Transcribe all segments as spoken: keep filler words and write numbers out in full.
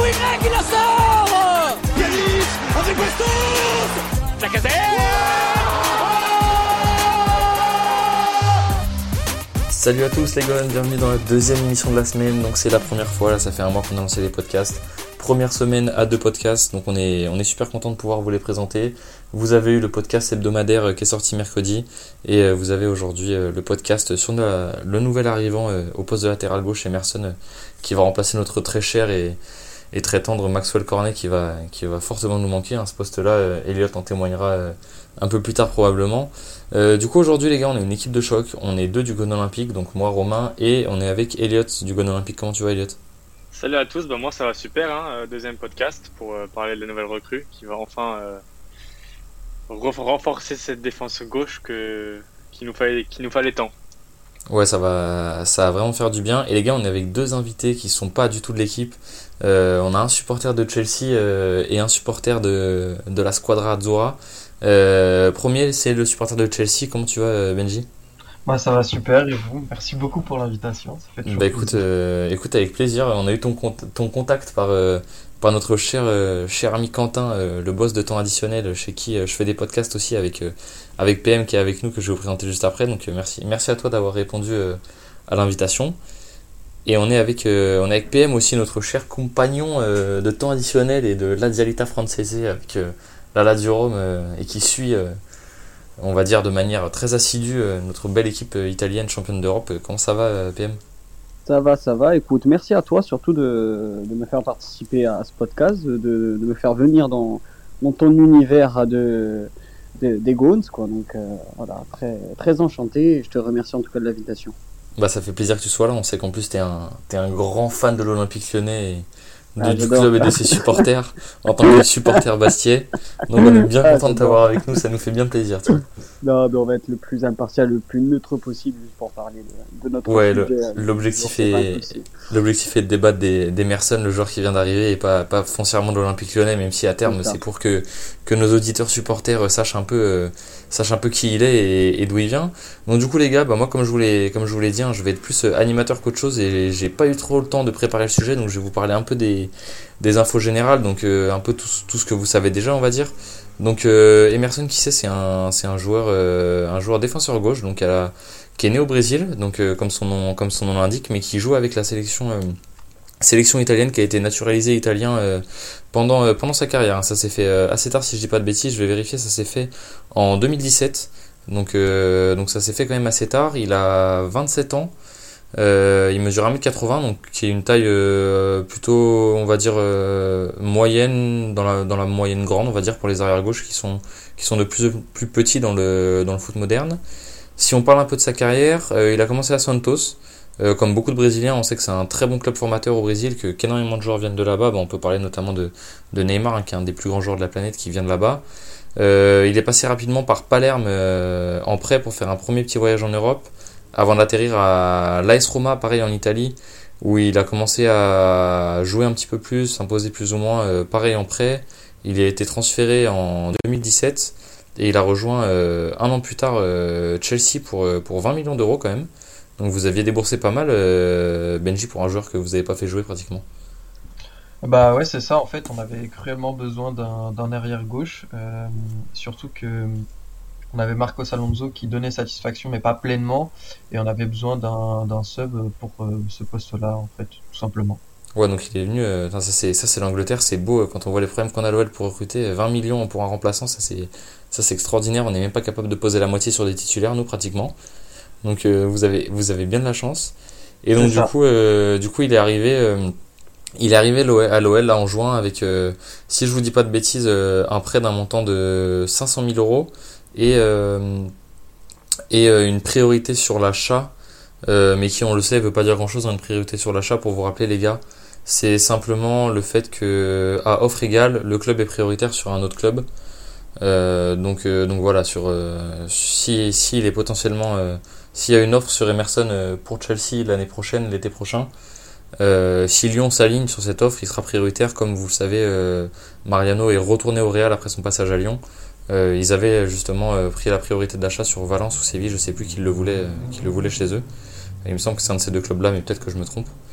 Migret qui la sort. Yanis avec Bastos. Lacazette. Salut à tous les gars, bienvenue dans la deuxième émission de la semaine. Donc c'est la première fois, là ça fait un mois qu'on a lancé les podcasts. Première semaine à deux podcasts, donc on est, on est super content de pouvoir vous les présenter. Vous avez eu le podcast hebdomadaire qui est sorti mercredi et vous avez aujourd'hui le podcast sur la, le nouvel arrivant au poste de latéral gauche, Emerson, qui va remplacer notre très cher et, et très tendre Maxwell Cornet qui va, qui va fortement nous manquer. À ce poste-là, Elliot en témoignera un peu plus tard probablement. Euh, du coup aujourd'hui les gars, on est une équipe de choc, on est deux du Gone Olympique, donc moi Romain et on est avec Elliot du Gone Olympique. Comment tu vas Elliot ? Salut à tous, bah moi ça va super, hein. Deuxième podcast pour euh, parler de la nouvelle recrue qui va enfin euh, renforcer cette défense gauche que, qui nous fallait, qui nous fallait tant. Ouais, ça va, ça va vraiment faire du bien. Et les gars, on est avec deux invités qui sont pas du tout de l'équipe. Euh, on a un supporter de Chelsea euh, et un supporter de, de la Squadra Azzurra. Euh, premier, c'est le supporter de Chelsea. Comment tu vas, Benji ? Moi, ça va super. Et vous ? Merci beaucoup pour l'invitation. Ça fait toujours bah écoute, euh, écoute, avec plaisir. On a eu ton, ton contact par, euh, par notre cher, euh, cher ami Quentin, euh, le boss de temps additionnel, chez qui euh, je fais des podcasts aussi avec, euh, avec P M qui est avec nous, que je vais vous présenter juste après. Donc euh, merci, merci à toi d'avoir répondu euh, à l'invitation. Et on est avec, euh, on est avec P M aussi, notre cher compagnon euh, de temps additionnel et de Lazialita Francese avec euh, la Lazio Rome euh, et qui suit, euh, on va dire de manière très assidue, euh, notre belle équipe euh, italienne championne d'Europe. Comment ça va euh, P M ? Ça va, ça va. Écoute, merci à toi surtout de, de me faire participer à ce podcast, de, de me faire venir dans, dans ton univers de, de, des Gones, quoi. Donc euh, voilà, très, très enchanté et je te remercie en tout cas de l'invitation. Bah ça fait plaisir que tu sois là, on sait qu'en plus t'es un, t'es un grand fan de l'Olympique Lyonnais et de, ah, du club et de ses supporters en tant que supporter bastiais. Donc on est bien ah, content de t'avoir avec nous, ça nous fait bien plaisir. Tu vois. Non, mais on va être le plus impartial, le plus neutre possible juste pour parler de, de notre ouais, sujet. Le, l'objectif, est, l'objectif est de débattre des, d'Emerson, le joueur qui vient d'arriver, et pas, pas foncièrement de l'Olympique Lyonnais, même si à terme c'est, c'est pour que, que nos auditeurs supporters sachent un peu, euh, sachent un peu qui il est et, et d'où il vient. Donc du coup les gars, bah, moi comme je vous l'ai, comme je vous l'ai dit, hein, je vais être plus animateur qu'autre chose et j'ai pas eu trop le temps de préparer le sujet, donc je vais vous parler un peu des, des infos générales, donc euh, un peu tout, tout ce que vous savez déjà on va dire. Donc euh, Emerson, qui c'est, c'est un, c'est un joueur, euh, un joueur défenseur gauche, donc à la, qui est né au Brésil, donc euh, comme son nom, comme son nom l'indique, mais qui joue avec la sélection, euh, sélection italienne, qui a été naturalisé italien euh, pendant, euh, pendant sa carrière. Ça s'est fait euh, assez tard, si je dis pas de bêtises, je vais vérifier. Ça s'est fait en deux mille dix-sept, donc euh, donc ça s'est fait quand même assez tard. Il a vingt-sept ans. Euh, il mesure un mètre quatre-vingts, donc qui est une taille euh, plutôt, on va dire, euh, moyenne, dans la, dans la moyenne grande, on va dire, pour les arrières gauches qui sont, qui sont de plus, plus petits dans le, dans le foot moderne. Si on parle un peu de sa carrière, euh, il a commencé à Santos. Euh, comme beaucoup de Brésiliens, on sait que c'est un très bon club formateur au Brésil, que qu'énormément de joueurs viennent de là-bas. Bah, on peut parler notamment de, de Neymar, hein, qui est un des plus grands joueurs de la planète, qui vient de là-bas. Euh, il est passé rapidement par Palerme euh, en prêt pour faire un premier petit voyage en Europe, avant d'atterrir à l'A S Roma, pareil en Italie, où il a commencé à jouer un petit peu plus, s'imposer plus ou moins, euh, pareil en prêt. Il a été transféré en deux mille dix-sept et il a rejoint euh, un an plus tard euh, Chelsea pour, pour vingt millions d'euros quand même. Donc vous aviez déboursé pas mal, euh, Benji, pour un joueur que vous n'avez pas fait jouer pratiquement. Bah ouais, c'est ça. En fait, on avait cruellement besoin d'un, d'un arrière gauche, euh, surtout que on avait Marcos Alonso qui donnait satisfaction, mais pas pleinement, et on avait besoin d'un, d'un sub pour euh, ce poste-là, en fait, tout simplement. Ouais, donc il est venu. Euh, ça, c'est, ça, c'est l'Angleterre, c'est beau euh, quand on voit les problèmes qu'on a à l'O L pour recruter. vingt millions pour un remplaçant, ça c'est, ça, c'est extraordinaire. On n'est même pas capable de poser la moitié sur des titulaires, nous, pratiquement. Donc euh, vous, avez, vous avez bien de la chance. Et donc, du coup, euh, du coup, il est arrivé. Euh, Il est arrivé à l'O L là en juin avec, euh, si je vous dis pas de bêtises, euh, un prêt d'un montant de cinq cent mille euros et, euh, et euh, une priorité sur l'achat, euh, mais qui on le sait veut pas dire grand chose, hein, une priorité sur l'achat. Pour vous rappeler les gars, c'est simplement le fait que à offre égale, le club est prioritaire sur un autre club. Euh, donc, euh, donc voilà, sur euh, si, si il est potentiellement, euh, s'il y a une offre sur Emerson euh, pour Chelsea l'année prochaine, l'été prochain. Euh, si Lyon s'aligne sur cette offre, il sera prioritaire. Comme vous le savez, euh, Mariano est retourné au Real après son passage à Lyon. Euh, ils avaient justement euh, pris la priorité d'achat sur Valence ou Séville, je sais plus qui le voulait, euh, qui le voulait chez eux. Il me semble que c'est un de ces deux clubs-là, mais peut-être que je me trompe.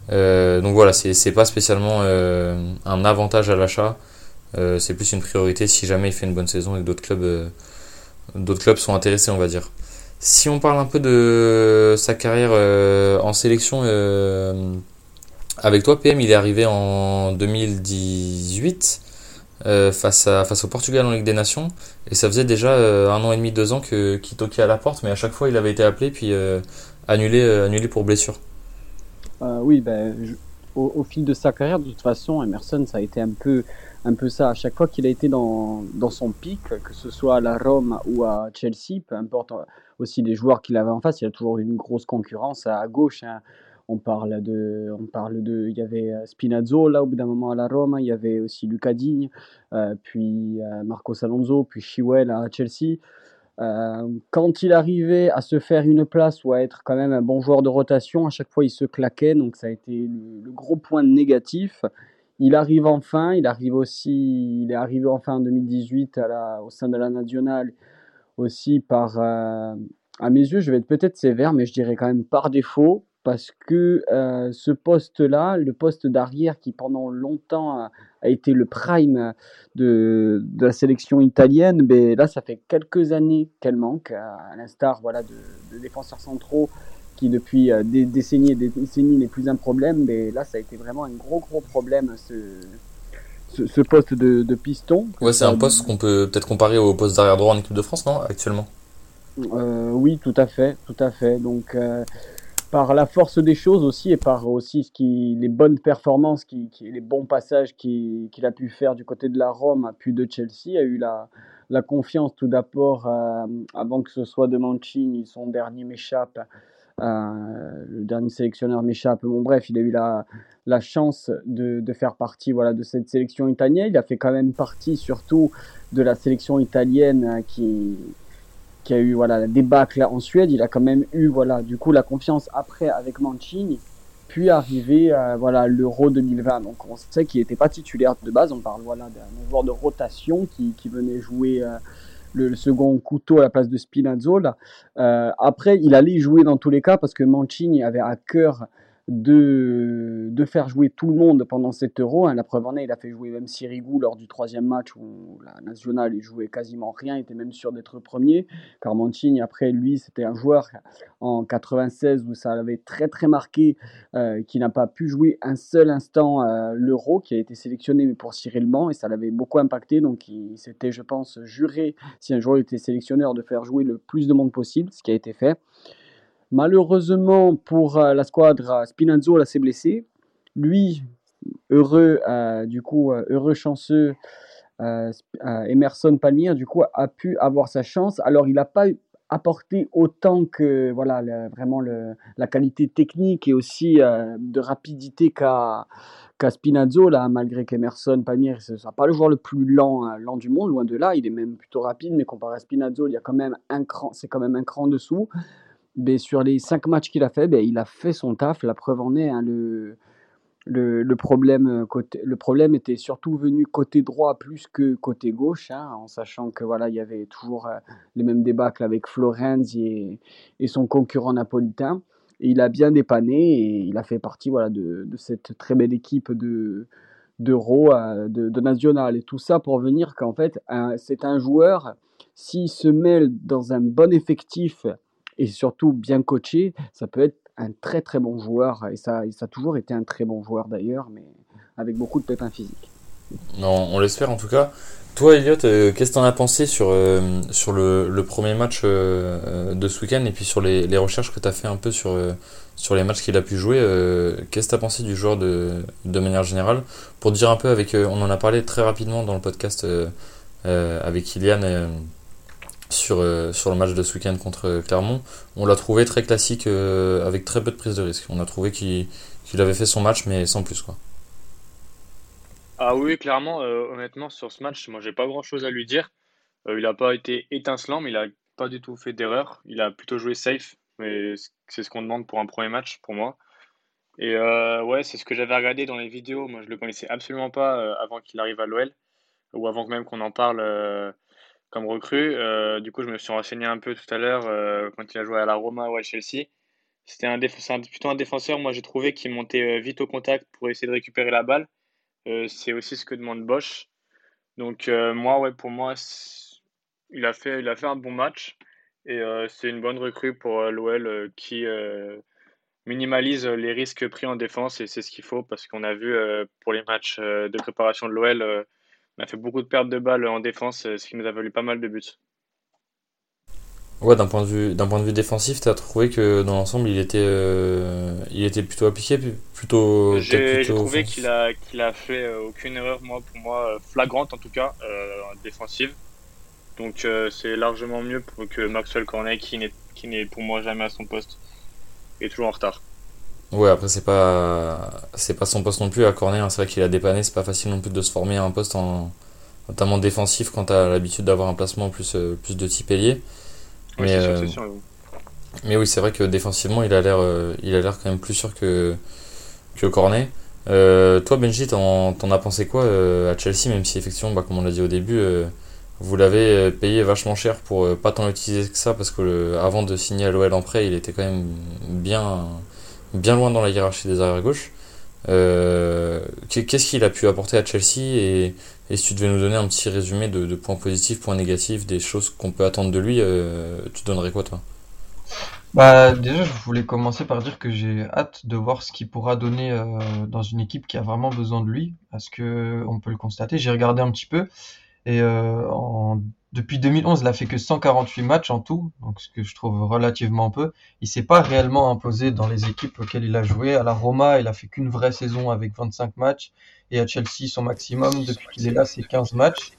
Euh, donc voilà, c'est, c'est pas spécialement euh, un avantage à l'achat. Euh, c'est plus une priorité si jamais il fait une bonne saison et que d'autres clubs, euh, d'autres clubs sont intéressés, on va dire. Si on parle un peu de sa carrière euh, en sélection euh, avec toi, P M, il est arrivé en deux mille dix-huit euh, face, à, face au Portugal en Ligue des Nations. Et ça faisait déjà euh, un an et demi, deux ans que, qu'il toquait à la porte, mais à chaque fois il avait été appelé puis euh, annulé, euh, annulé pour blessure. Euh, oui, ben, je- au, au fil de sa carrière, de toute façon, Emerson, ça a été un peu, un peu ça. À chaque fois qu'il a été dans, dans son pic, que ce soit à la Rome ou à Chelsea, peu importe euh, aussi les joueurs qu'il avait en face, il y a toujours eu une grosse concurrence à, à gauche, hein. On parle de, on parle de, il y avait euh, Spinazzola au bout d'un moment à la Rome, il y avait aussi Luca Digne, euh, puis euh, Marcos Alonso, puis Chilwell à Chelsea. Euh, quand il arrivait à se faire une place ou à être quand même un bon joueur de rotation, à chaque fois il se claquait, donc ça a été le, le gros point négatif. Il arrive enfin, il arrive aussi, il est arrivé enfin en deux mille dix-huit à la, au sein de la nationale aussi par, euh, à mes yeux, je vais être peut-être sévère, mais je dirais quand même par défaut, parce que euh, ce poste-là, le poste d'arrière qui pendant longtemps a, a été le prime de, de la sélection italienne, ben là, ça fait quelques années qu'elle manque, à, à l'instar voilà, de, de défenseurs centraux qui depuis euh, des décennies et des décennies n'est plus un problème, mais là, ça a été vraiment un gros, gros problème, ce, ce, ce poste de, de piston. Que Ouais, c'est ça, un poste qu'on peut peut-être comparer au poste d'arrière droit en équipe de France, non, actuellement? euh, oui, tout à fait, tout à fait. Donc, euh, par la force des choses aussi et par aussi ce qui, les bonnes performances, qui, qui- les bons passages qui- qu'il a pu faire du côté de la Rome, puis de Chelsea, a eu la, la confiance tout d'abord, euh, avant que ce soit de Mancini, son dernier m'échappe, euh, le dernier sélectionneur m'échappe. Bon, bref, il a eu la, la chance de, de faire partie voilà, de cette sélection italienne. Il a fait quand même partie surtout de la sélection italienne euh, qui, qui a eu voilà, la débâcle en Suède. Il a quand même eu voilà, du coup, la confiance après avec Mancini. Puis arrivé à voilà, l'Euro deux mille vingt. Donc on sait qu'il n'était pas titulaire de base. On parle voilà, d'un joueur de rotation qui, qui venait jouer euh, le, le second couteau à la place de Spinazzola. Euh, après, il allait jouer dans tous les cas parce que Mancini avait à cœur de, de faire jouer tout le monde pendant cet euro. Hein. La preuve en est, il a fait jouer même Sirigu lors du troisième match où la nationale il jouait quasiment rien, il était même sûr d'être premier. Car Mancini, après lui, c'était un joueur en quatre-vingt-seize où ça avait très très marqué, euh, qui n'a pas pu jouer un seul instant euh, l'euro, qui a été sélectionné mais pour cirer le banc et ça l'avait beaucoup impacté. Donc il s'était, je pense, juré si un joueur était sélectionneur de faire jouer le plus de monde possible, ce qui a été fait. Malheureusement pour euh, la squadra, Spinazzola s'est blessé. Lui, heureux, euh, du coup, euh, heureux chanceux, euh, euh, Emerson Palmier, du coup, a pu avoir sa chance. Alors, il n'a pas apporté autant que voilà, le- vraiment le- la qualité technique et aussi euh, de rapidité qu'a qu'à Spinazzola, malgré qu'Emerson Palmier, ce n'est pas le joueur le plus lent, euh, lent du monde, loin de là. Il est même plutôt rapide, mais comparé à Spinazzola, il y a quand même un cran, c'est quand même un cran en dessous. Mais sur les cinq matchs qu'il a fait, ben, il a fait son taf. La preuve en est, hein, le, le, le problème, euh, côté, le problème était surtout venu côté droit plus que côté gauche, hein, en sachant que voilà, il y avait toujours euh, les mêmes débâcles avec Florenzi et, et son concurrent napolitain. Et il a bien dépanné et il a fait partie voilà, de, de cette très belle équipe de d'Euro, euh, de, de National. Et tout ça pour venir qu'en fait, un- c'est un joueur, s'il se mêle dans un bon effectif et surtout bien coaché, ça peut être un très très bon joueur. Et ça, et ça a toujours été un très bon joueur d'ailleurs, mais avec beaucoup de pépins physiques. Non, on l'espère en tout cas. Toi, Elliot, euh, qu'est-ce que t'en as pensé sur, euh, sur le, le premier match euh, de ce week-end et puis sur les, les recherches que t'as fait un peu sur, euh, sur les matchs qu'il a pu jouer euh, qu'est-ce que t'as pensé du joueur de, de manière générale? Pour te dire un peu, avec, euh, on en a parlé très rapidement dans le podcast euh, euh, avec Kylian euh, sur, euh, sur le match de ce week-end contre Clermont. On l'a trouvé très classique euh, avec très peu de prise de risque. On a trouvé qu'il qu'il avait fait son match mais sans plus quoi. Ah oui, clairement, euh, honnêtement, sur ce match, moi, j'ai pas grand-chose à lui dire. Euh, il a pas été étincelant, mais il a pas du tout fait d'erreur. Il a plutôt joué safe, mais c- c'est ce qu'on demande pour un premier match, pour moi. Et euh, ouais, c'est ce que j'avais regardé dans les vidéos. Moi, je le connaissais absolument pas euh, avant qu'il arrive à l'O L, ou avant que même qu'on en parle euh, comme recrue. Euh, du coup, je me suis renseigné un peu tout à l'heure euh, quand il a joué à la Roma ou à Chelsea. C'était un, déf- c'est un- plutôt un défenseur, moi j'ai trouvé qu'il montait euh, vite au contact pour essayer de récupérer la balle. Euh, c'est aussi ce que demande Bosch. Donc euh, moi, ouais, pour moi, c'est- il a fait, il a fait un bon match et euh, c'est une bonne recrue pour l'O L qui euh, minimalise les risques pris en défense et c'est ce qu'il faut parce qu'on a vu euh, pour les matchs euh, de préparation de l'O L, euh, on a fait beaucoup de pertes de balles en défense, euh, ce qui nous a valu pas mal de buts. Ouais, d'un point de vue, d'un point de vue défensif, t'as trouvé que dans l'ensemble, il était, euh, il était plutôt appliqué, pu- plutôt, peut-être J'ai j'ai plutôt trouvé qu'il offensif. a, qu'il a fait euh, aucune erreur, moi, pour moi, euh, flagrante en tout cas, euh, défensive. Donc euh, c'est largement mieux pour que Maxwell Cornet, qui n'est, qui n'est pour moi jamais à son poste, est toujours en retard. Ouais, après, c'est pas, c'est pas son poste non plus à Cornet, hein. C'est vrai qu'il a dépanné, c'est pas facile non plus de se former à un poste en, notamment défensif quand t'as l'habitude d'avoir un placement plus, euh, plus de type ailier. Oui, Mais, c'est sûr, euh, c'est sûr. mais oui, c'est vrai que défensivement, il a l'air, euh, il a l'air quand même plus sûr que, que Cornet. Euh, toi, Benji, t'en, t'en as pensé quoi euh, à Chelsea, même si effectivement, bah, comme on l'a dit au début, euh, vous l'avez euh, payé vachement cher pour euh, pas tant l'utiliser que ça, parce que le- avant de signer à l'O L en prêt, il était quand même bien, bien loin dans la hiérarchie des arrières-gauches. Euh, qu'est- qu'est-ce qu'il a pu apporter à Chelsea et, et si tu devais nous donner un petit résumé de, de points positifs, points négatifs, des choses qu'on peut attendre de lui, euh, tu donnerais quoi toi? Bah, déjà, je voulais commencer par dire que j'ai hâte de voir ce qu'il pourra donner euh, dans une équipe qui a vraiment besoin de lui, parce que on peut le constater. J'ai regardé un petit peu et euh, en- depuis deux mille onze, il a fait que cent quarante-huit matchs en tout, donc ce que je trouve relativement peu. Il s'est pas réellement imposé dans les équipes auxquelles il a joué. À la Roma, il a fait qu'une vraie saison avec vingt-cinq matchs, et à Chelsea, son maximum depuis qu'il est là, c'est quinze matchs.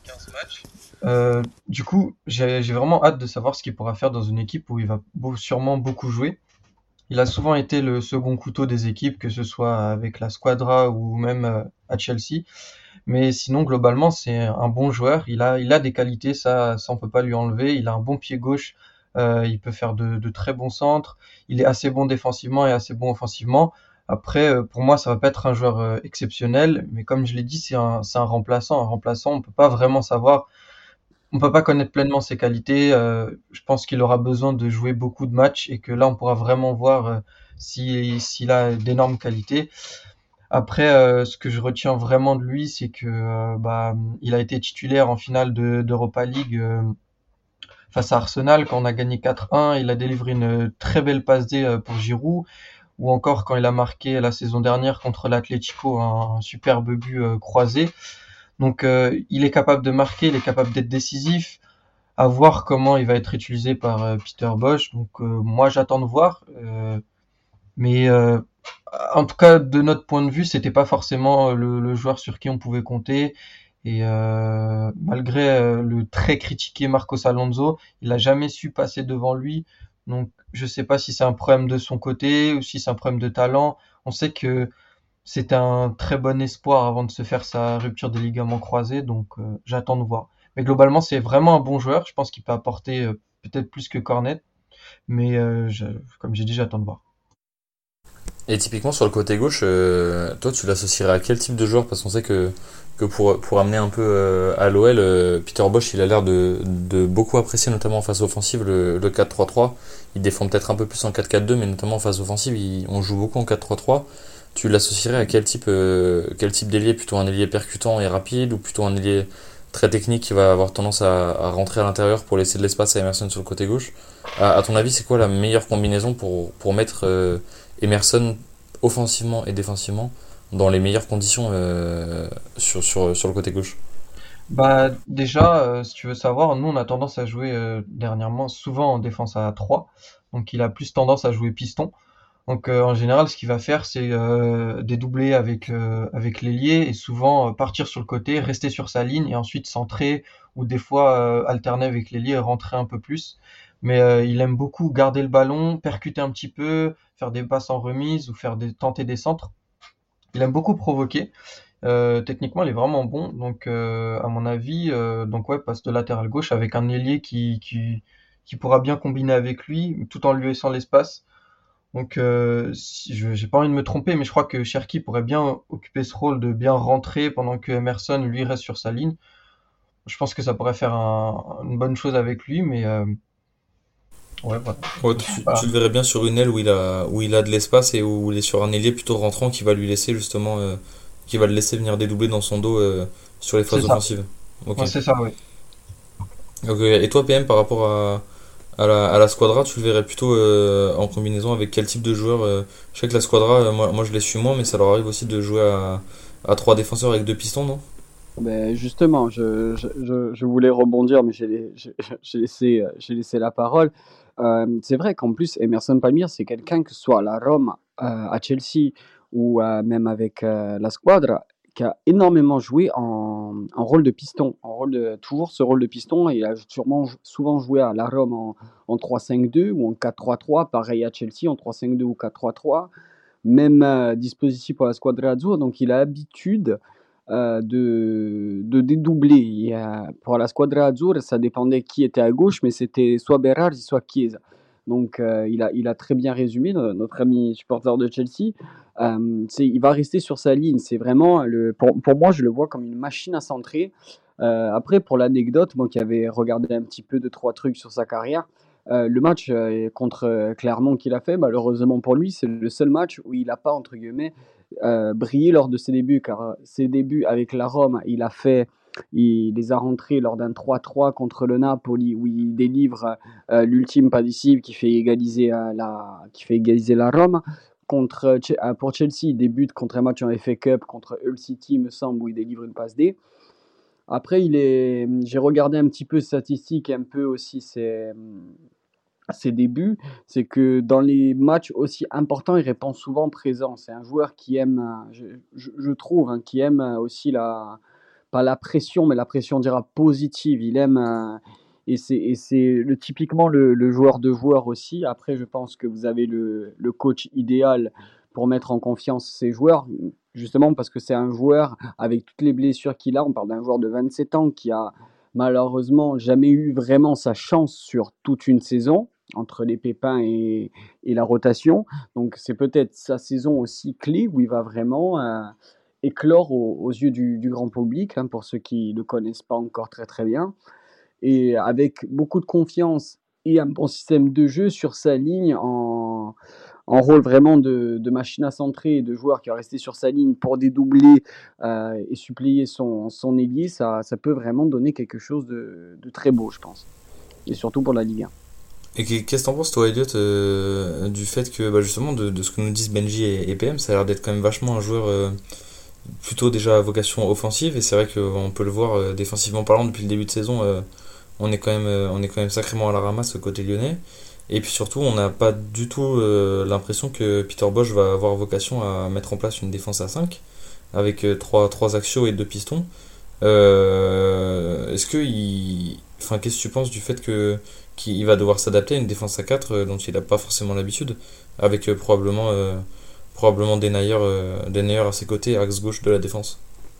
Euh, du coup, j'ai j'ai vraiment hâte de savoir ce qu'il pourra faire dans une équipe où il va beau- sûrement beaucoup jouer. Il a souvent été le second couteau des équipes, que ce soit avec la Squadra ou même euh, à Chelsea. Mais sinon, globalement, c'est un bon joueur. Il a, il a des qualités, ça, ça on peut pas lui enlever. Il a un bon pied gauche. Euh, il peut faire de, de très bons centres. Il est assez bon défensivement et assez bon offensivement. Après, euh, pour moi, ça va pas être un joueur euh, exceptionnel, mais comme je l'ai dit, c'est un, c'est un remplaçant. Un remplaçant, on peut pas vraiment savoir, on peut pas connaître pleinement ses qualités. Euh, je pense qu'il aura besoin de jouer beaucoup de matchs et que là, on pourra vraiment voir euh, si, s'il a d'énormes qualités. Après, euh, ce que je retiens vraiment de lui, c'est que euh, bah, il a été titulaire en finale de d'Europa League euh, face à Arsenal quand on a gagné quatre un. Il a délivré une très belle passe D euh, pour Giroud, ou encore quand il a marqué la saison dernière contre l'Atlético un, un superbe but euh, croisé. Donc, euh, il est capable de marquer, il est capable d'être décisif. À voir comment il va être utilisé par euh, Peter Bosch. Donc, euh, moi, j'attends de voir. Euh, mais euh, en tout cas, de notre point de vue, c'était pas forcément le, le joueur sur qui on pouvait compter. Et euh, malgré euh, le très critiqué Marcos Alonso, il a jamais su passer devant lui. Donc, je sais pas si c'est un problème de son côté ou si c'est un problème de talent. On sait que c'était un très bon espoir avant de se faire sa rupture des ligaments croisés, donc euh, j'attends de voir. Mais globalement, c'est vraiment un bon joueur. Je pense qu'il peut apporter euh, peut-être plus que Cornet, mais euh, je- comme j'ai dit, j'attends de voir. Et typiquement sur le côté gauche, euh, toi tu l'associerais à quel type de joueur? Parce qu'on sait que, que pour, pour amener un peu euh, à l'O L, euh, Peter Bosch il a l'air de, de beaucoup apprécier notamment en phase offensive le, le quatre trois trois. Il défend peut-être un peu plus en quatre quatre deux, mais notamment en phase offensive il- on joue beaucoup en quatre trois trois. Tu l'associerais à quel type, euh, quel type d'ailier? Plutôt un ailier percutant et rapide ou plutôt un ailier très technique qui va avoir tendance à, à rentrer à l'intérieur pour laisser de l'espace à Emerson sur le côté gauche? À, à ton avis, c'est quoi la meilleure combinaison pour, pour mettre euh, Emerson offensivement et défensivement dans les meilleures conditions euh, sur, sur, sur le côté gauche? Bah déjà, euh, si tu veux savoir, nous on a tendance à jouer euh, dernièrement souvent en défense à trois, donc il a plus tendance à jouer piston. Donc euh, en général, ce qu'il va faire, c'est euh, dédoubler avec euh, avec l'ailier et souvent euh, partir sur le côté, rester sur sa ligne et ensuite centrer ou des fois euh, alterner avec l'ailier et rentrer un peu plus. Mais euh, il aime beaucoup garder le ballon, percuter un petit peu, faire des passes en remise ou faire des tenter des centres. Il aime beaucoup provoquer. Euh, techniquement, il est vraiment bon. Donc euh, à mon avis, euh, donc ouais, passe de latéral gauche avec un ailier qui qui qui pourra bien combiner avec lui tout en lui laissant l'espace. Donc, euh, si je j'ai pas envie de me tromper, mais je crois que Cherki pourrait bien occuper ce rôle de bien rentrer pendant que Emerson, lui, reste sur sa ligne. Je pense que ça pourrait faire un- une bonne chose avec lui, mais euh, Ouais, voilà. Ouais, Je sais tu, pas. tu le verrais bien sur une aile où il a, où il a de l'espace et où il est sur un ailier plutôt rentrant qui va lui laisser justement, euh, qui va le laisser venir dédoubler dans son dos euh, sur les C'est phases ça. offensives. Ok. Ouais, c'est ça, oui. Ok. Et toi, P M, par rapport à, à la, à la squadra, tu le verrais plutôt euh, en combinaison avec quel type de joueur euh, Je sais que la squadra, euh, moi, moi je les suis moins, mais ça leur arrive aussi de jouer à, à trois défenseurs avec deux pistons, non? Ben justement, je, je, je, je voulais rebondir, mais j'ai j'ai- j'ai laissé, euh, j'ai laissé la parole. Euh, c'est vrai qu'en plus, Emerson Palmier, c'est quelqu'un, que ce soit à la Rome, euh, à Chelsea ou euh, même avec euh, la Squadra, qui a énormément joué en, en rôle de piston, en rôle de, toujours ce rôle de piston. Il a sûrement jou- souvent joué à la Rome en, en trois cinq deux ou en quatre trois trois, pareil à Chelsea en trois cinq deux ou quatre trois trois. Même euh, dispositif pour la Squadra Azzurra, donc il a l'habitude euh, de, de dédoubler. Il y a- pour la Squadra Azzurra, ça dépendait qui était à gauche, mais c'était soit Berardi, soit Chiesa. Donc euh, il a, il a très bien résumé, no- notre ami supporter de Chelsea. Euh, c'est, il va rester sur sa ligne. C'est vraiment, le, pour, pour moi, je le vois comme une machine à centrer. Euh, après, pour l'anecdote, moi qui avais regardé un petit peu de trois trucs sur sa carrière, euh, le match euh, contre euh, Clermont qu'il a fait, malheureusement pour lui, c'est le seul match où il n'a pas, entre guillemets, euh, brillé lors de ses débuts, car euh, ses débuts avec la Rome, il a fait, il les a rentrés lors d'un trois trois contre le Napoli, où il délivre euh, l'ultime pas décisive qui fait égaliser euh, la, qui fait égaliser la Rome. Contre, euh, pour Chelsea, il débute contre un match en F A Cup contre Hull City, me semble, où il délivre une passe D. Après, il est, j'ai regardé un petit peu ses statistiques et un peu aussi ses, ses débuts, c'est que dans les matchs aussi importants, il répond souvent présent. C'est un joueur qui aime, euh, je, je- je trouve, hein, qui aime euh, aussi la, pas la pression, mais la pression, on dira positive. Il aime, euh, et c'est, et c'est le, typiquement le, le joueur de joueur aussi. Après, je pense que vous avez le, le coach idéal pour mettre en confiance ses joueurs, justement parce que c'est un joueur avec toutes les blessures qu'il a. On parle d'un joueur de vingt-sept ans qui a malheureusement jamais eu vraiment sa chance sur toute une saison entre les pépins et, et la rotation. Donc c'est peut-être sa saison aussi clé où il va vraiment euh, éclore aux, aux yeux du, du grand public, hein, pour ceux qui ne le connaissent pas encore très très bien. Et avec beaucoup de confiance et un bon système de jeu sur sa ligne en, en rôle vraiment de, de machine à centrer et de joueur qui va rester sur sa ligne pour dédoubler euh, et supplier son, son ailier, ça, ça peut vraiment donner quelque chose de, de très beau, je pense. Et surtout pour la Ligue un. Et qu'est- qu'est-ce que t'en penses, toi, Elliot, euh, du fait que, bah, justement, de, de ce que nous disent Benji et, et P M, ça a l'air d'être quand même vachement un joueur euh, plutôt déjà à vocation offensive, et c'est vrai qu'on peut le voir euh, défensivement parlant depuis le début de saison, euh, on est quand même, euh, on est quand même sacrément à la ramasse côté lyonnais. Et puis surtout, on n'a pas du tout euh, l'impression que Peter Bosch va avoir vocation à mettre en place une défense à cinq avec euh, trois, trois axiaux et deux pistons. Euh, est-ce que il... enfin, qu'est-ce que tu penses du fait que qu'il va devoir s'adapter à une défense à quatre euh, dont il n'a pas forcément l'habitude, avec euh, probablement euh, probablement Denayer, euh, Denayer à ses côtés, axe gauche de la défense.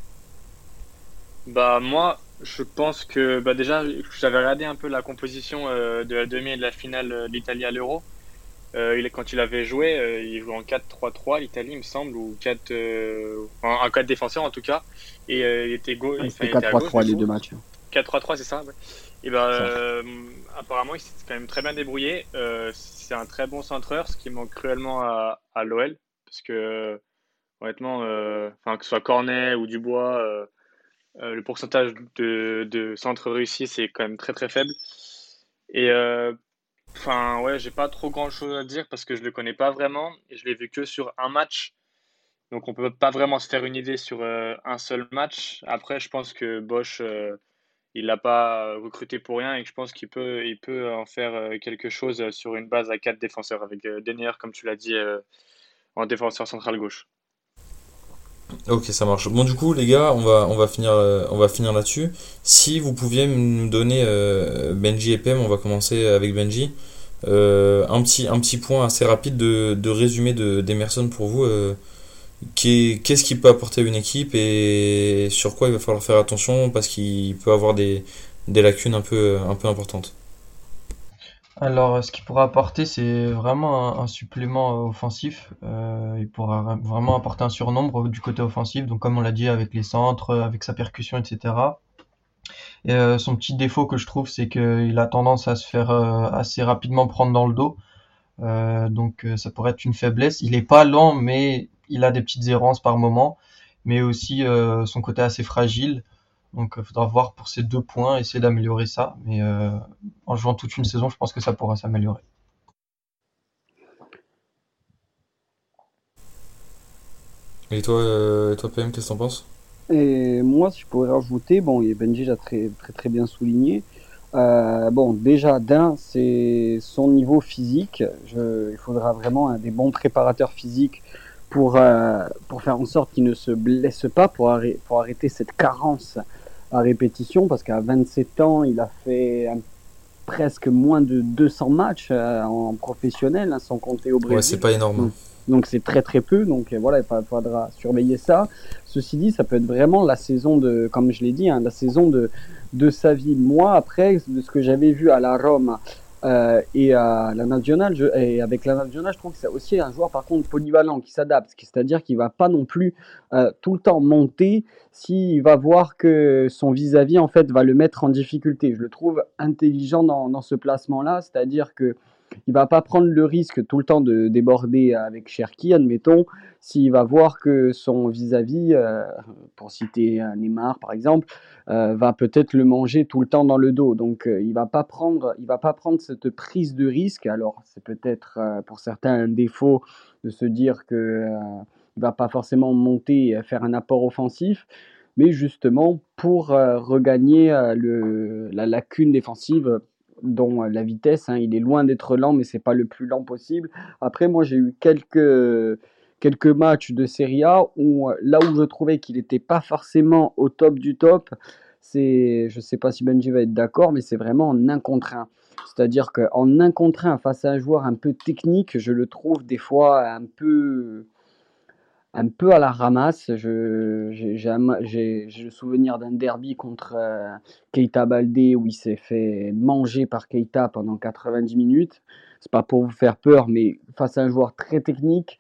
Bah moi, je pense que bah déjà, j'avais regardé un peu la composition euh, de la demi et de la finale euh, de l'Italie à l'Euro. Euh, il, quand il avait joué, euh, il jouait en quatre trois trois, l'Italie, il me semble, ou quatre, euh, enfin, un quatre défenseurs en tout cas. Et euh, il était go- Ouais, enfin, c'était il était à gauche quatre trois trois du les coup. deux matchs. quatre trois trois, c'est ça, ouais. Et ben Ça. euh, apparemment, il s'est quand même très bien débrouillé. Euh, c'est un très bon centreur, ce qui manque cruellement à, à l'O L, parce que honnêtement, euh, enfin que ce soit Cornet ou Dubois, euh, euh, le pourcentage de, de centres réussis, c'est quand même très très faible. Et euh, enfin ouais, j'ai pas trop grand chose à dire parce que je le connais pas vraiment et je l'ai vu que sur un match. Donc on peut pas vraiment se faire une idée sur euh, un seul match. Après, je pense que Bosch, euh, il l'a pas recruté pour rien et que je pense qu'il peut, il peut en faire euh, quelque chose sur une base à quatre défenseurs avec euh, Denayer, comme tu l'as dit, euh, en défenseur central gauche. Ok, ça marche. Bon, du coup, les gars, on va, on va finir, euh, on va finir là-dessus. Si vous pouviez nous donner euh, Benji et P M, on va commencer avec Benji. Euh, un petit, un petit point assez rapide de, de résumé de d'Emerson pour vous. Euh, qui est- qu'est-ce qu'il peut apporter à une équipe et sur quoi il va falloir faire attention parce qu'il peut avoir des, des lacunes un peu, un peu importantes. Alors, euh, ce qu'il pourra apporter, c'est vraiment un, un supplément euh, offensif. Euh, il pourra vra- vraiment apporter un surnombre du côté offensif. Donc, comme on l'a dit, avec les centres, euh, avec sa percussion, et cetera. Et euh, son petit défaut que je trouve, c'est qu'il a tendance à se faire euh, assez rapidement prendre dans le dos. Euh, donc euh, ça pourrait être une faiblesse. Il est pas lent, mais il a des petites errances par moment, mais aussi euh, son côté assez fragile. Donc il faudra voir pour ces deux points, essayer d'améliorer ça. Mais euh, en jouant toute une saison, je pense que ça pourra s'améliorer. Et toi, euh, et toi P M, qu'est-ce que t'en penses? Et moi, si je pourrais rajouter, bon, et Benji l'a très, très, très bien souligné. Euh, bon, déjà, d'un, c'est son niveau physique. Je, il faudra vraiment un, des bons préparateurs physiques pour, euh, pour faire en sorte qu'il ne se blesse pas, pour, arrêter, pour arrêter cette carence à répétition, parce qu'à vingt-sept ans, il a fait un, presque moins de deux cents matchs euh, en professionnel, hein, sans compter au Brésil. Ouais, c'est pas énorme. Donc, donc c'est très très peu, donc euh, voilà, il faudra surveiller ça. Ceci dit, ça peut être vraiment la saison de, comme je l'ai dit, hein, la saison de, de sa vie. Moi, après, de ce que j'avais vu à la Rome euh, et à la Nationale, je, et avec la Nationale, je trouve que c'est aussi un joueur par contre polyvalent, qui s'adapte, c'est-à-dire qu'il va pas non plus euh, tout le temps monter s'il va voir que son vis-à-vis en fait va le mettre en difficulté. Je le trouve intelligent dans, dans ce placement-là, c'est-à-dire que il va pas prendre le risque tout le temps de déborder avec Cherki, admettons, s'il va voir que son vis-à-vis, euh, pour citer Neymar par exemple, euh, va peut-être le manger tout le temps dans le dos. Donc euh, il va pas prendre, il va pas prendre cette prise de risque. Alors c'est peut-être euh, pour certains un défaut de se dire que euh, il va pas forcément monter et faire un apport offensif, mais justement pour euh, regagner euh, le, la lacune défensive dont la vitesse, hein, il est loin d'être lent, mais c'est pas le plus lent possible. Après, moi, j'ai eu quelques, quelques matchs de Serie A où là où je trouvais qu'il n'était pas forcément au top du top, c'est, je sais pas si Benji va être d'accord, mais c'est vraiment en un contre un. C'est-à-dire qu'en un contre un face à un joueur un peu technique, je le trouve des fois un peu un peu à la ramasse. Je, j'ai, j'ai, j'ai, j'ai le souvenir d'un derby contre euh, Keita Baldé où il s'est fait manger par Keita pendant quatre-vingt-dix minutes. C'est pas pour vous faire peur, mais face à un joueur très technique,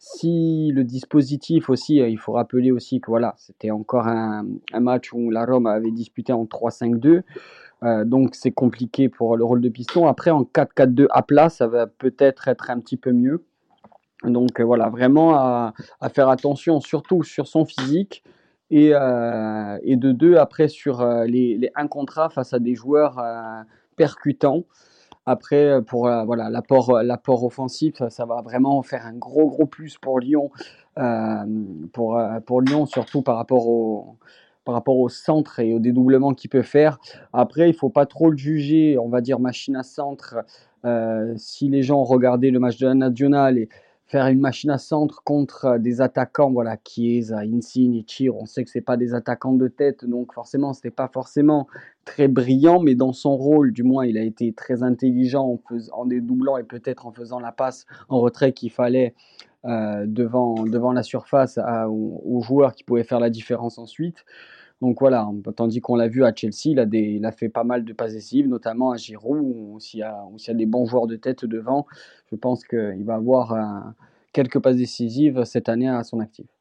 si le dispositif aussi, il faut rappeler aussi que voilà, c'était encore un, un match où la Rome avait disputé en trois cinq deux. Euh, donc c'est compliqué pour le rôle de piston. Après en quatre quatre deux à plat, ça va peut-être être un petit peu mieux. Donc euh, voilà, vraiment à, à faire attention, surtout sur son physique. Et, euh, et de deux, après, sur euh, les, les un contre un face à des joueurs euh, percutants. Après, pour euh, voilà, l'apport, l'apport offensif, ça, ça va vraiment faire un gros, gros plus pour Lyon. Euh, pour, euh, pour Lyon, surtout par rapport au, par rapport au centre et au dédoublement qu'il peut faire. Après, il ne faut pas trop le juger, on va dire machine à centre. Euh, si les gens regardaient le match de la Nationale et faire une machine à centre contre des attaquants, voilà, Chiesa, Insigne, Chir, on sait que c'est pas des attaquants de tête, donc forcément, c'était pas forcément très brillant, mais dans son rôle, du moins, il a été très intelligent en, fais- en dédoublant et peut-être en faisant la passe en retrait qu'il fallait euh, devant, devant la surface à- aux, aux joueurs qui pouvaient faire la différence ensuite. Donc voilà, tandis qu'on l'a vu à Chelsea, il a, des, il a fait pas mal de passes décisives, notamment à Giroud, où s'il y a, où s'il y a des bons joueurs de tête devant, je pense qu'il va avoir un- quelques passes décisives cette année à son actif.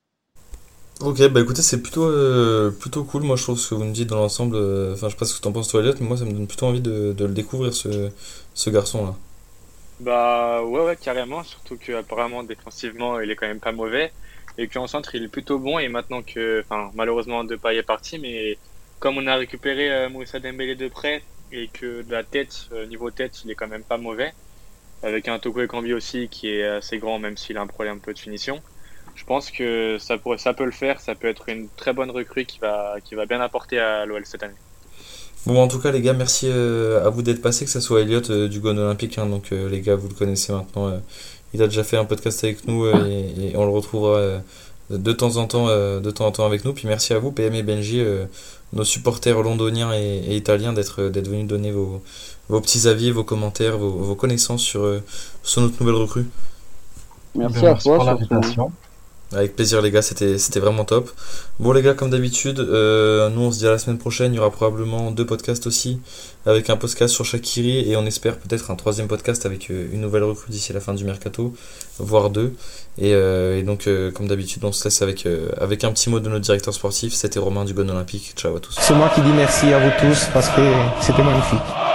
Ok, bah écoutez, c'est plutôt, euh, plutôt cool, moi je trouve ce que vous me dites dans l'ensemble. euh, Enfin, je sais pas ce que t'en penses toi, Elliot, mais moi ça me donne plutôt envie de, de le découvrir, ce, ce garçon-là. Bah ouais, ouais, carrément, surtout que apparemment défensivement il est quand même pas mauvais et qu'en centre il est plutôt bon et maintenant que, enfin malheureusement Depay est parti, mais comme on a récupéré euh, Moussa Dembélé de près et que de la tête, euh, niveau tête il est quand même pas mauvais, avec un Toko Ekambi aussi qui est assez grand même s'il a un problème un peu de finition, je pense que ça pourrait, ça peut le faire, ça peut être une très bonne recrue qui va, qui va bien apporter à l'O L cette année. Bon, en tout cas, les gars, merci euh, à vous d'être passés, que ce soit Elliot euh, du Gone Olympique, hein, donc euh, les gars, vous le connaissez maintenant. euh, il a déjà fait un podcast avec nous euh, et, et on le retrouvera euh, de temps en temps, euh, de temps en temps avec nous. Puis merci à vous, P M et Benji, euh, nos supporters londoniens et, et italiens, d'être d'être venus donner vos, vos petits avis, vos commentaires, vos, vos connaissances sur, euh, sur notre nouvelle recrue. Merci Ben, à merci toi pour surtout. l'invitation. Avec plaisir les gars, c'était, c'était vraiment top. Bon les gars, comme d'habitude, euh, nous on se dit à la semaine prochaine, il y aura probablement deux podcasts aussi, avec un podcast sur Shaqiri et on espère peut-être un troisième podcast avec euh, une nouvelle recrue d'ici la fin du mercato, voire deux. Et, euh, et donc euh, comme d'habitude on se laisse avec, euh, avec un petit mot de notre directeur sportif, c'était Romain du Gone Olympique. Ciao à tous. C'est moi qui dis merci à vous tous parce que c'était magnifique.